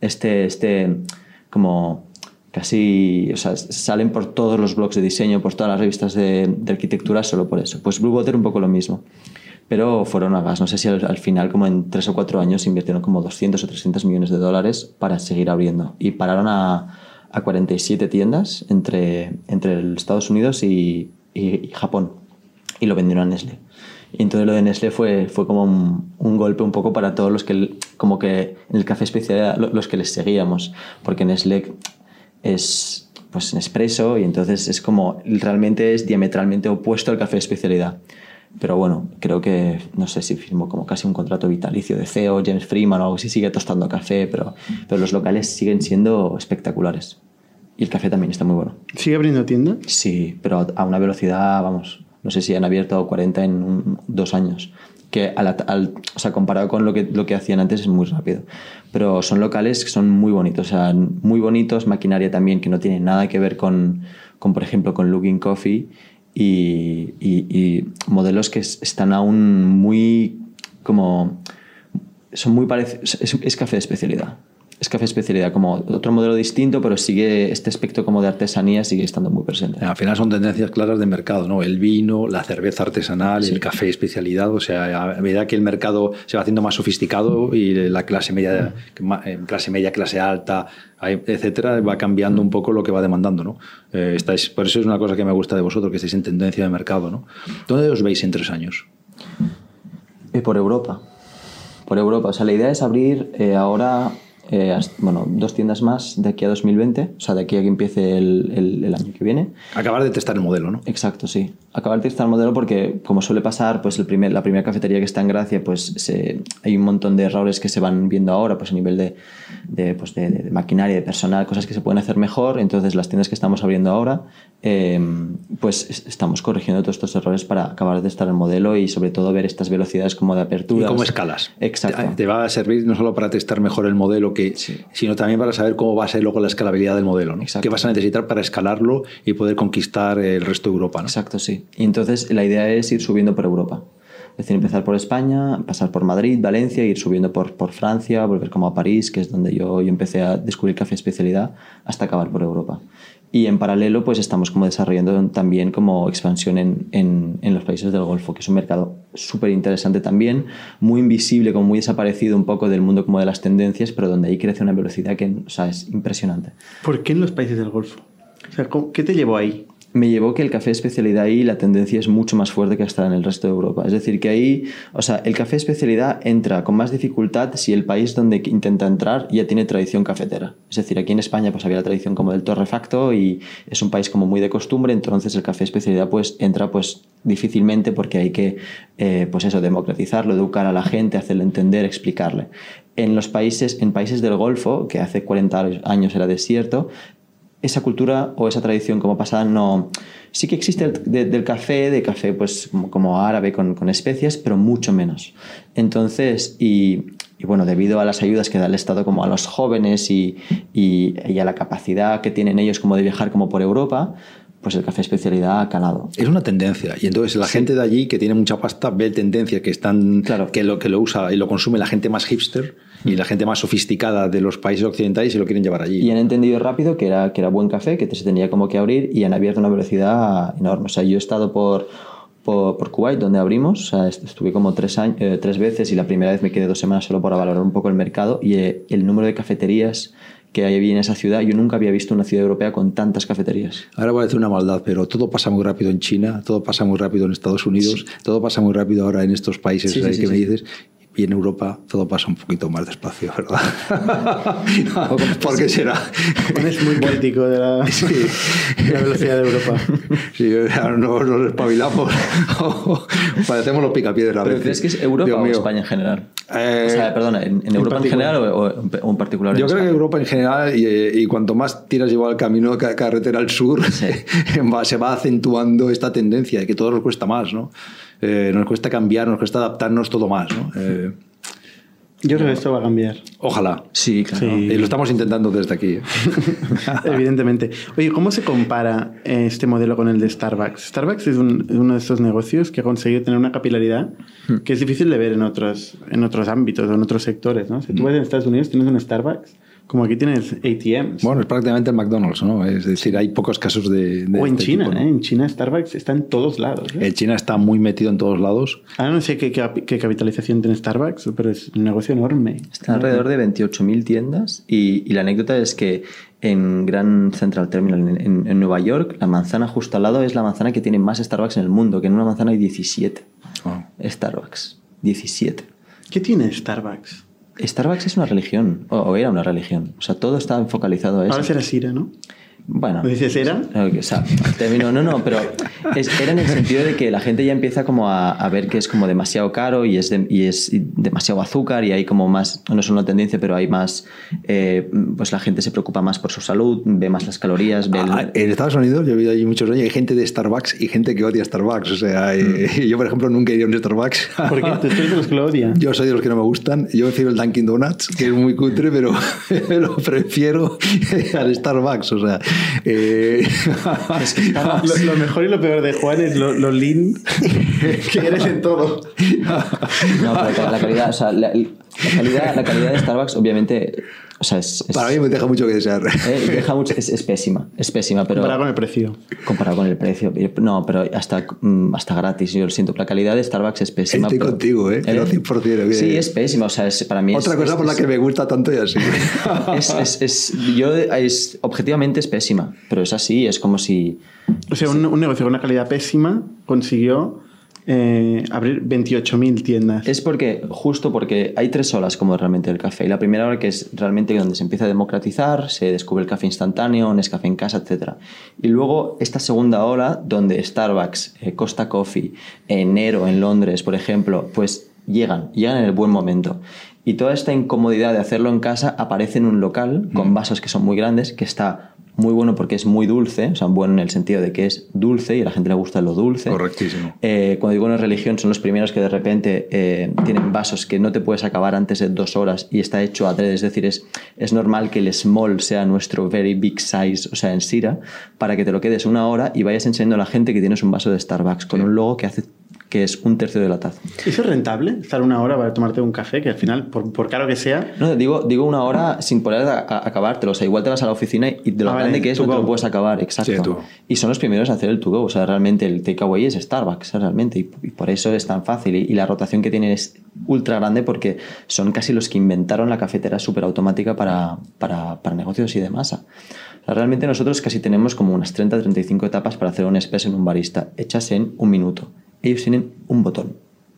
como... casi, o sea, salen por todos los blogs de diseño, por todas las revistas de arquitectura solo por eso. Pues Blue Water un poco lo mismo, pero fueron a gas. No sé si al final como en 3 o 4 años invirtieron como 200 o 300 millones de dólares para seguir abriendo y pararon a 47 tiendas entre Estados Unidos y Japón y lo vendieron a Nestlé. Y entonces lo de Nestlé fue como un golpe un poco para todos los que como que en el café especial los que les seguíamos, porque Nestlé es pues Nespresso y entonces es como realmente es diametralmente opuesto al café de especialidad. Pero bueno, creo que, no sé si firmó como casi un contrato vitalicio de CEO, James Freeman o algo así, sigue tostando café, pero los locales siguen siendo espectaculares. Y el café también está muy bueno. ¿Sigue abriendo tienda? Sí, pero a una velocidad, vamos, no sé si han abierto 40 en 2 años. Que o sea, comparado con lo que hacían antes es muy rápido. Pero son locales que son muy bonitos, o sea, muy bonitos, maquinaria también que no tiene nada que ver con por ejemplo, con Luckin Coffee y modelos que están aún muy como... son muy parecidos, es café de especialidad. Es café de especialidad, como otro modelo distinto, pero sigue este aspecto como de artesanía sigue estando muy presente. Al final son tendencias claras de mercado, ¿no? El vino, la cerveza artesanal, sí. El café de especialidad. O sea, a medida que el mercado se va haciendo más sofisticado y la clase media, clase alta, etcétera, va cambiando un poco lo que va demandando, ¿no? Por eso es una cosa que me gusta de vosotros, que estáis en tendencia de mercado, ¿no? ¿Dónde os veis en 3 años? Por Europa. Por Europa. O sea, la idea es abrir ahora... 2 tiendas más de aquí a 2020, o sea, de aquí a que empiece el año que viene. Acabar de testar el modelo, ¿no? Exacto, sí. Acabar de testar el modelo porque, como suele pasar, pues la primera cafetería que está en Gracia, pues hay un montón de errores que se van viendo ahora, pues a nivel de maquinaria, de personal, cosas que se pueden hacer mejor. Entonces, las tiendas que estamos abriendo ahora, pues estamos corrigiendo todos estos errores para acabar de testar el modelo y, sobre todo, ver estas velocidades como de apertura. ¿Y cómo escalas? Exacto. Te va a servir no solo para testar mejor el modelo, sino también para saber cómo va a ser luego la escalabilidad del modelo, ¿no? ¿Qué vas a necesitar para escalarlo y poder conquistar el resto de Europa, ¿no? Exacto, sí. Y entonces la idea es ir subiendo por Europa. Es decir, empezar por España, pasar por Madrid, Valencia, ir subiendo por Francia, volver como a París, que es donde yo empecé a descubrir café especialidad, hasta acabar por Europa. Y en paralelo, pues estamos como desarrollando también como expansión en los países del Golfo, que es un mercado súper interesante también, muy invisible, como muy desaparecido un poco del mundo como de las tendencias, pero donde ahí crece una velocidad que, o sea, es impresionante. ¿Por qué en los países del Golfo? O sea, ¿qué te llevó ahí? Me llevó que el café especialidad ahí la tendencia es mucho más fuerte que hasta en el resto de Europa. Es decir, que ahí, o sea, el café especialidad entra con más dificultad si el país donde intenta entrar ya tiene tradición cafetera. Es decir, aquí en España pues había la tradición como del torrefacto y es un país como muy de costumbre, entonces el café especialidad pues entra pues difícilmente porque hay que pues eso, democratizarlo, educar a la gente, hacerle entender, explicarle. En países del Golfo, que hace 40 años era desierto, esa cultura o esa tradición como pasada no... Sí que existe de café pues como árabe con especias, pero mucho menos. Entonces, y bueno, debido a las ayudas que da el Estado como a los jóvenes y a la capacidad que tienen ellos como de viajar como por Europa, pues el café especialidad ha calado. Es una tendencia. Y entonces la gente de allí que tiene mucha pasta ve tendencias que están... Claro. que lo usa y lo consume la gente más hipster y la gente más sofisticada de los países occidentales y lo quieren llevar allí. Y han entendido rápido que era buen café, que se tenía como que abrir y han abierto una velocidad enorme. O sea, yo he estado por Kuwait, donde abrimos, o sea, estuve como 3 veces y la primera vez me quedé 2 semanas solo para valorar un poco el mercado y el número de cafeterías que hay en esa ciudad, yo nunca había visto una ciudad europea con tantas cafeterías. Ahora voy a decir una maldad, pero todo pasa muy rápido en China, todo pasa muy rápido en Estados Unidos, todo pasa muy rápido ahora en estos países que me dices. Y en Europa todo pasa un poquito más despacio, ¿verdad? ¿Por qué será? Es muy crítico de la velocidad de Europa. Sí, nos espabilamos. Parecemos los picapiedras. ¿Pero crees que es Europa o España en general? O sea, perdona, ¿en Europa en general o en particular? Yo creo que Europa en general, y cuanto más tiras llevar el camino de carretera al sur, se va acentuando esta tendencia de que todo nos cuesta más, ¿no? Nos cuesta cambiar, nos cuesta adaptarnos todo más, ¿no? Yo creo que esto va a cambiar. Ojalá. Sí, claro. Sí. Y lo estamos intentando desde aquí. Evidentemente. Oye, ¿cómo se compara este modelo con el de Starbucks? Starbucks es uno de estos negocios que ha conseguido tener una capilaridad que es difícil de ver en otros ámbitos o en otros sectores, ¿no? Si tú vas en Estados Unidos tienes un Starbucks, como aquí tienes ATMs. Bueno, es prácticamente el McDonald's, ¿no? Es decir, hay pocos casos de o en este China, tipo, ¿no? En China Starbucks está en todos lados. En China está muy metido en todos lados. Ahora no sé qué capitalización tiene Starbucks, pero es un negocio enorme. Está alrededor de 28.000 tiendas y la anécdota es que en Grand Central Terminal en Nueva York, la manzana justo al lado es la manzana que tiene más Starbucks en el mundo, que en una manzana hay 17 Starbucks. 17. ¿Qué tiene Starbucks? Starbucks es una religión, o era una religión. O sea, todo está focalizado a eso. Ahora será Sira, ¿no? Bueno, ¿No dices era? O sea, no, pero era en el sentido de que la gente ya empieza como a ver que es como demasiado caro y es demasiado azúcar y hay como más, no es una tendencia, pero hay más, pues la gente se preocupa más por su salud, ve más las calorías. En Estados Unidos, yo he vivido allí muchos años, hay gente de Starbucks y gente que odia Starbucks. O sea, yo, por ejemplo, nunca iría a un Starbucks. ¿Por qué? ¿Tú eres de los que lo odian? Yo soy de los que no me gustan. Yo prefiero el Dunkin' Donuts, que es muy cutre, pero lo prefiero al Starbucks. O sea, es que lo mejor y lo peor de Juan es lo lean que eres en todo. No, pero la calidad, o sea, la calidad de Starbucks, obviamente, o sea, para mí me deja mucho que desear. Deja mucho, es pésima, pero comparado con el precio. Comparado con el precio, no, pero hasta gratis, yo lo siento. La calidad de Starbucks es pésima. Estoy contigo, pero 100%. Sí, es pésima, o sea, para mí otra cosa por la que me gusta tanto y así. Objetivamente es pésima, pero es así, es como si... O sea, un negocio con una calidad pésima consiguió abrir 28.000 tiendas. Es justo porque hay 3 olas como realmente el café. Y la primera ola, que es realmente donde se empieza a democratizar, se descubre el café instantáneo, Nescafé en casa, etc. Y luego esta segunda ola donde Starbucks, Costa Coffee, Nero en Londres, por ejemplo, pues llegan en el buen momento. Y toda esta incomodidad de hacerlo en casa aparece en un local con vasos que son muy grandes, que está muy bueno porque es muy dulce, o sea, bueno en el sentido de que es dulce y a la gente le gusta lo dulce. Correctísimo. Cuando digo una religión, son los primeros que de repente tienen vasos que no te puedes acabar antes de 2 horas y está hecho adrede, es decir, es normal que el small sea nuestro very big size, o sea, en Sira, para que te lo quedes 1 hora y vayas enseñando a la gente que tienes un vaso de Starbucks con un logo que es 1/3 de la taza. ¿Eso es rentable? ¿Estar 1 hora para tomarte un café? Que al final, por caro que sea... No, digo 1 hora sin poder acabártelo. O sea, igual te vas a la oficina y de lo grande que es no te lo puedes acabar. Exacto. Sí, y son los primeros a hacer el to-go. O sea, realmente el takeaway es Starbucks, realmente. Y por eso es tan fácil. Y la rotación que tiene es ultra grande porque son casi los que inventaron la cafetera súper automática para negocios y de masa. O sea, realmente nosotros casi tenemos como unas 30-35 etapas para hacer un espresso en un barista, hechas en 1 minuto. Ellos tienen un botón.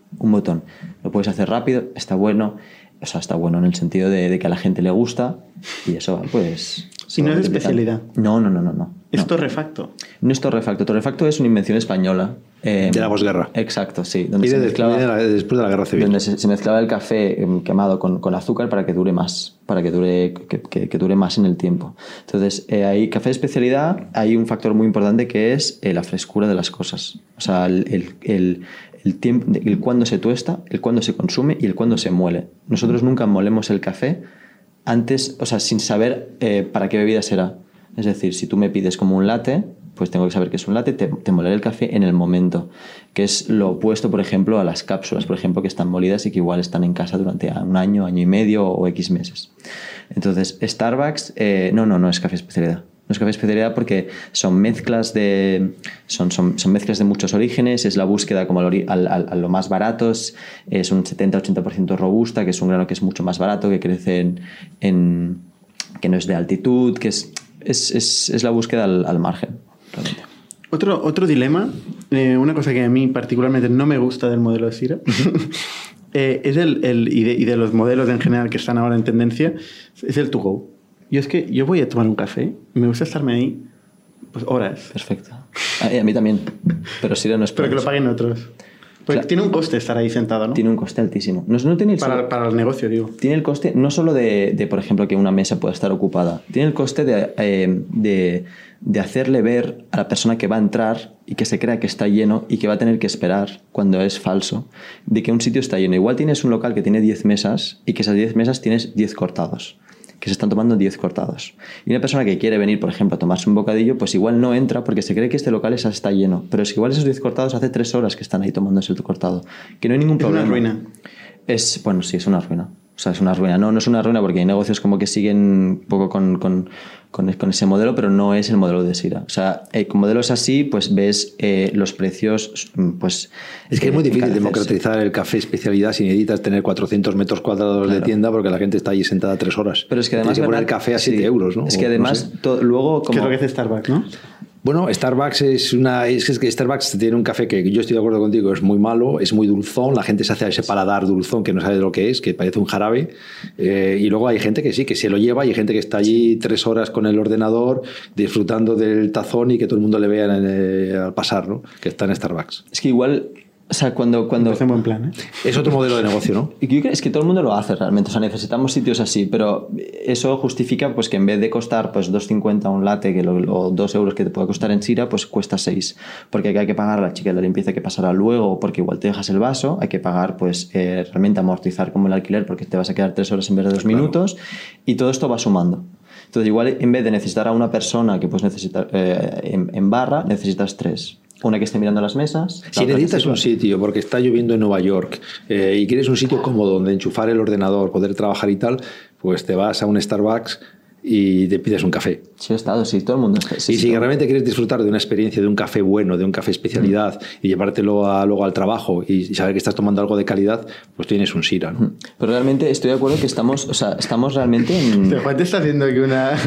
Lo puedes hacer rápido, está bueno. O sea, está bueno en el sentido de que a la gente le gusta y eso, pues... ¿Y no es de especialidad? No. ¿Es torrefacto? No es torrefacto. Torrefacto es una invención española. De la posguerra. Exacto, sí. Donde después de la guerra civil. Donde se mezclaba el café quemado con azúcar para que dure más, que dure más en el tiempo. Entonces, hay café de especialidad, hay un factor muy importante que es la frescura de las cosas. O sea, el tiempo, el cuándo se tuesta, el cuándo se consume y el cuándo se muele. Nosotros nunca molemos el café antes, o sea, sin saber para qué bebida será. Es decir, si tú me pides como un latte, pues tengo que saber que es un latte, te moleré el café en el momento, que es lo opuesto, por ejemplo, a las cápsulas, por ejemplo, que están molidas y que igual están en casa durante 1 año, año y medio o X meses. Entonces, Starbucks, no es café especialidad. No es café especialidad porque son mezclas de muchos orígenes, es la búsqueda como a lo más baratos, es un 70-80% robusta, que es un grano que es mucho más barato, que crece que no es de altitud, que es la búsqueda al margen, realmente. Otro dilema, una cosa que a mí particularmente no me gusta del modelo de Sira, es y de los modelos en general que están ahora en tendencia, es el to go. Y es que yo voy a tomar un café y me gusta estarme ahí pues horas. Perfecto. A mí también. Pero Sira no es pero que lo paguen otros. Porque claro, tiene un coste estar ahí sentado, ¿no? Tiene un coste altísimo. No tiene para el negocio, digo. Tiene el coste no solo de, por ejemplo, que una mesa pueda estar ocupada. Tiene el coste de hacerle ver a la persona que va a entrar y que se crea que está lleno y que va a tener que esperar cuando es falso, de que un sitio está lleno. Igual tienes un local que tiene 10 mesas y que esas 10 mesas tienes 10 cortados. Que se están tomando 10 cortados. Y una persona que quiere venir, por ejemplo, a tomarse un bocadillo, pues igual no entra porque se cree que este local está lleno. Pero es que igual esos 10 cortados hace 3 horas que están ahí tomándose el cortado. Que no hay ningún problema. Es una ruina. Bueno, sí, es una ruina. O sea, es una ruina. No es una ruina porque hay negocios como que siguen un poco con ese modelo, pero no es el modelo de Sira. O sea, con modelos así, pues ves los precios, pues... Es que es muy difícil democratizar el café especialidad si necesitas tener 400 metros cuadrados de tienda porque la gente está allí sentada 3 horas. Pero es que además... Tienes que poner el café a 7 euros, ¿no? Es que además, luego... ¿Qué es lo que hace Starbucks, no? Bueno, Starbucks es que Starbucks tiene un café que yo estoy de acuerdo contigo, es muy malo, es muy dulzón, la gente se hace a ese paladar dulzón que no sabe de lo que es, que parece un jarabe, y luego hay gente que sí, que se lo lleva, y hay gente que está allí 3 horas con el ordenador disfrutando del tazón y que todo el mundo le vea al pasar, ¿no? Que está en Starbucks. Es que igual... O sea, cuando... Es un buen plan, ¿eh? Es otro modelo de negocio, ¿no? Yo creo que es que todo el mundo lo hace realmente. O sea, necesitamos sitios así, pero eso justifica pues que en vez de costar pues 2,50 un latte o 2 euros que te puede costar en Sira, pues cuesta 6. Porque hay que pagar a la chica de la limpieza que pasará luego, porque igual te dejas el vaso, hay que pagar pues realmente amortizar como el alquiler, porque te vas a quedar 3 horas en vez de 2 minutos, y todo esto va sumando. Entonces igual en vez de necesitar a una persona que puedes necesitar en barra, necesitas 3. Una que esté mirando las mesas. Si necesitas un sitio, porque está lloviendo en Nueva York, y quieres un sitio cómodo donde enchufar el ordenador, poder trabajar y tal, pues te vas a un Starbucks y te pides un café. Sí, he estado, sí, todo el mundo está. Sí, y si realmente quieres disfrutar de una experiencia, de un café bueno, de un café especialidad, y llevártelo luego al trabajo y saber que estás tomando algo de calidad, pues tienes un Sira, ¿no? Pero realmente estoy de acuerdo que estamos realmente en... Juan te está haciendo aquí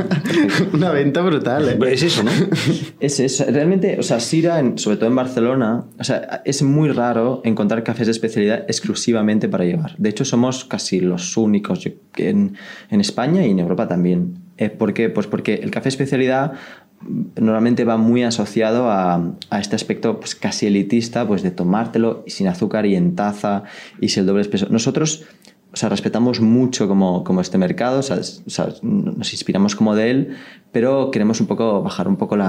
una venta brutal, ¿eh? Es eso, ¿no? Es realmente, o sea, Sira, sobre todo en Barcelona, o sea, es muy raro encontrar cafés de especialidad exclusivamente para llevar. De hecho, somos casi los únicos en España y en Europa también. ¿Por qué? Pues porque el café especialidad normalmente va muy asociado a este aspecto pues casi elitista, pues de tomártelo sin azúcar y en taza y si el doble espresso. Nosotros, o sea, respetamos mucho como este mercado, o sea, nos inspiramos como de él, pero queremos un poco bajar un poco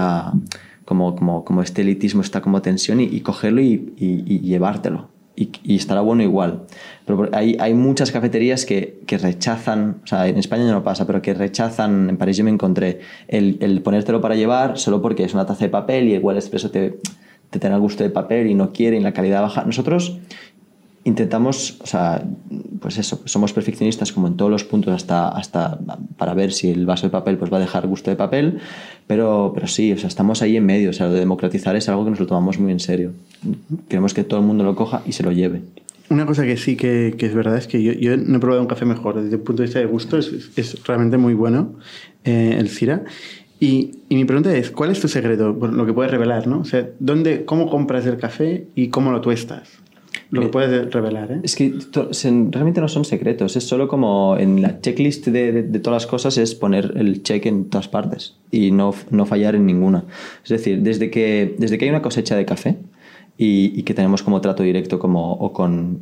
como este elitismo, esta como tensión y cogerlo y llevártelo. Y estará bueno igual. Pero hay muchas cafeterías que rechazan, o sea, en España no pasa, pero que rechazan, en París yo me encontré, el ponértelo para llevar solo porque es una taza de papel y igual el expreso te tiene el gusto de papel y no quiere y la calidad baja. Nosotros intentamos, o sea, pues eso, somos perfeccionistas como en todos los puntos hasta para ver si el vaso de papel pues va a dejar gusto de papel, pero sí, o sea, estamos ahí en medio, o sea, lo de democratizar es algo que nos lo tomamos muy en serio. Queremos que todo el mundo lo coja y se lo lleve. Una cosa que sí que es verdad es que yo no he probado un café mejor. Desde el punto de vista de gusto es realmente muy bueno el Sira. Y mi pregunta es, ¿cuál es tu secreto? Bueno, lo que puedes revelar, ¿no? O sea, ¿cómo compras el café y cómo lo tuestas? Lo que puedes revelar, ¿eh? Es que realmente no son secretos, es solo como en la checklist de todas las cosas es poner el check en todas partes y no fallar en ninguna. Es decir, desde que hay una cosecha de café y que tenemos como trato directo con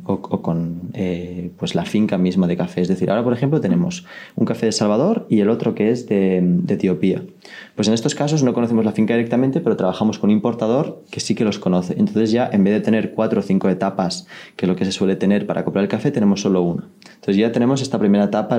pues la finca misma de café. Es decir, ahora por ejemplo tenemos un café de Salvador y el otro que es de Etiopía. Pues en estos casos no conocemos la finca directamente, pero trabajamos con un importador que sí que los conoce. Entonces ya en vez de tener 4 o 5 etapas, que es lo que se suele tener para comprar el café, tenemos solo una. Entonces ya tenemos esta primera etapa,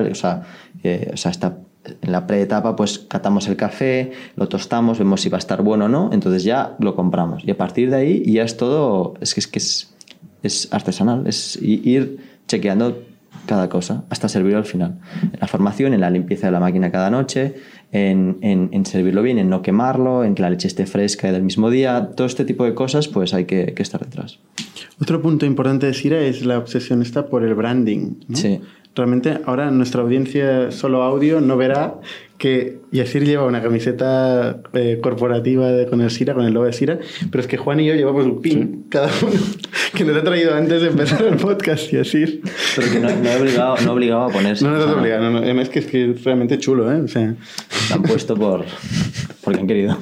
en la preetapa pues catamos el café, lo tostamos, vemos si va a estar bueno o no, entonces ya lo compramos. Y a partir de ahí ya es todo, es artesanal, es ir chequeando cada cosa hasta servirlo al final. En la formación, en la limpieza de la máquina cada noche, en servirlo bien, en no quemarlo, en que la leche esté fresca del mismo día, todo este tipo de cosas pues hay que estar detrás. Otro punto importante de Sira es la obsesión esta por el branding, ¿no? Sí. Realmente ahora nuestra audiencia solo audio no verá que Yassir lleva una camiseta corporativa con el Sira, con el logo de Sira, pero es que Juan y yo llevamos un pin cada uno que nos ha traído antes de empezar el podcast, Yassir. Pero que no obligaba a ponerse. No nos has obligado, no. Además que es realmente chulo, ¿eh? O sea... Lo han puesto porque han querido.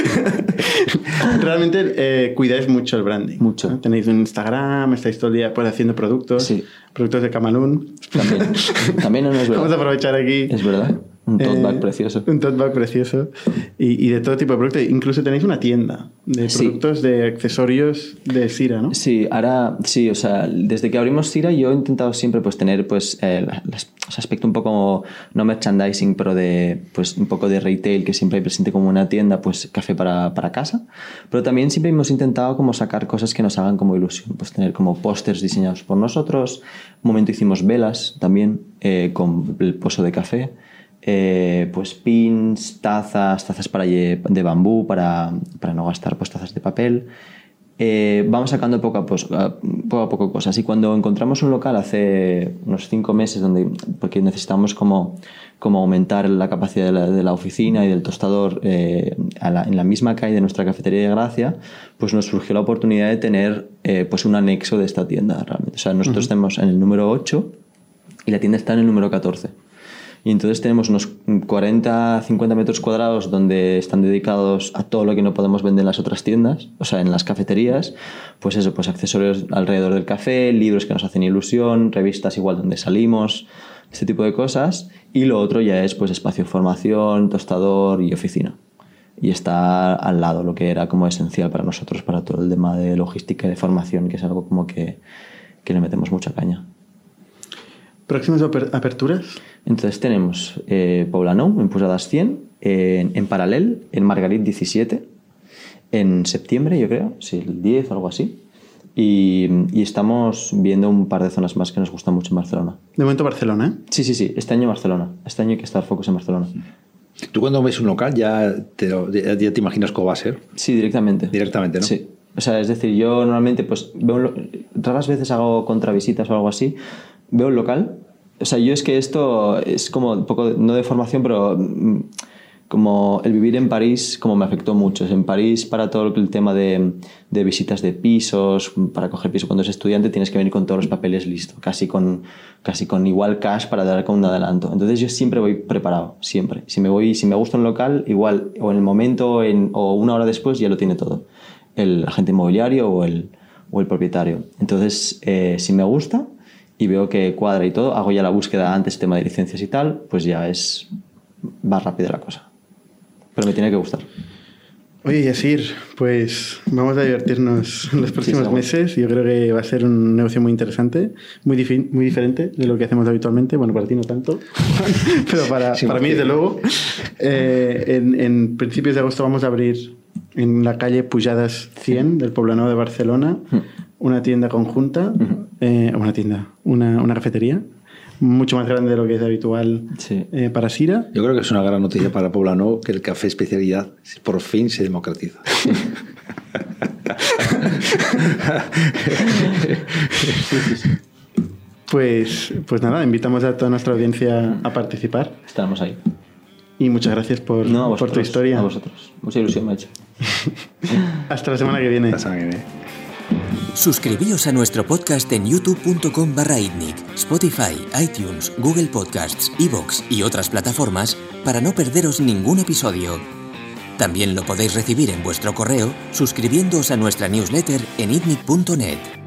Realmente cuidáis mucho el branding. Mucho. ¿No? Tenéis un Instagram, estáis todo el día pues, haciendo productos. Sí. Productos de Camalún. También no es verdad. Vamos a aprovechar aquí. Es verdad. Un tote bag precioso. Un tote bag precioso. Y de todo tipo de productos. Incluso tenéis una tienda de productos, de accesorios de Sira, ¿no? Sí, ahora sí, o sea, desde que abrimos Sira yo he intentado siempre pues tener pues ese aspecto un poco no merchandising, pero de pues un poco de retail que siempre hay presente como una tienda, pues café para casa, pero también siempre hemos intentado como sacar cosas que nos hagan como ilusión, pues tener como pósters diseñados por nosotros. Un momento hicimos velas también con el pozo de café. Pues pins, tazas de bambú para no gastar pues tazas de papel. vamos sacando poco a poco cosas. Y cuando encontramos un local hace unos 5 meses, porque necesitamos como aumentar la capacidad de la oficina y del tostador en la misma calle de nuestra cafetería de Gracia, pues nos surgió la oportunidad de tener pues un anexo de esta tienda realmente. O sea, nosotros estamos en el número 8 y la tienda está en el número 14. Y entonces tenemos unos 40-50 metros cuadrados donde están dedicados a todo lo que no podemos vender en las otras tiendas, o sea, en las cafeterías, pues eso, pues accesorios alrededor del café, libros que nos hacen ilusión, revistas igual donde salimos, este tipo de cosas. Y lo otro ya es pues espacio de formación, tostador y oficina. Y está al lado, lo que era como esencial para nosotros, para todo el tema de logística y de formación, que es algo como que le metemos mucha caña. ¿Próximas aperturas? Entonces tenemos Poblenou, en Pujadas 100, en Paral·lel, en Margarit 17, en septiembre, yo creo, sí, el 10 o algo así. Y estamos viendo un par de zonas más que nos gustan mucho en Barcelona. De momento Barcelona, ¿eh? Sí, este año Barcelona. Este año hay que estar focus en Barcelona. ¿Tú cuando ves un local ya te imaginas cómo va a ser? Sí, directamente. Directamente, ¿no? Sí. O sea, es decir, yo normalmente pues raras veces hago contravisitas o algo así, veo el local. O sea, yo es que esto es como un poco, no de formación, pero como el vivir en París como me afectó mucho. En París, para todo el tema de visitas de pisos, para coger piso cuando eres estudiante tienes que venir con todos los papeles listos, casi con igual cash para dar con un adelanto. Entonces yo siempre voy preparado, siempre. Si me gusta un local, igual o en el momento o una hora después ya lo tiene todo. El agente inmobiliario o el propietario. Entonces, si me gusta y veo que cuadra y todo, hago ya la búsqueda antes, tema de licencias y tal, pues ya va rápida la cosa. Pero me tiene que gustar. Oye, Yassir, pues vamos a divertirnos en los próximos meses. Yo creo que va a ser un negocio muy interesante, muy diferente de lo que hacemos habitualmente. Bueno, para ti no tanto, pero para mí, desde luego. En principios de agosto vamos a abrir en la calle Pujadas 100 del Poblenou de Barcelona una tienda conjunta, una cafetería mucho más grande de lo que es habitual para Sira. Yo creo que es una gran noticia para Poblenou que el café especialidad por fin se democratiza. Pues nada, invitamos a toda nuestra audiencia a participar. Estamos ahí. Y muchas gracias por tu historia. A vosotros. Mucha ilusión me ha hecho. Hasta la semana que viene. Suscribíos a nuestro podcast en youtube.com/itnic, Spotify, iTunes, Google Podcasts, iVoox y otras plataformas para no perderos ningún episodio. También lo podéis recibir en vuestro correo suscribiéndoos a nuestra newsletter en itnic.net.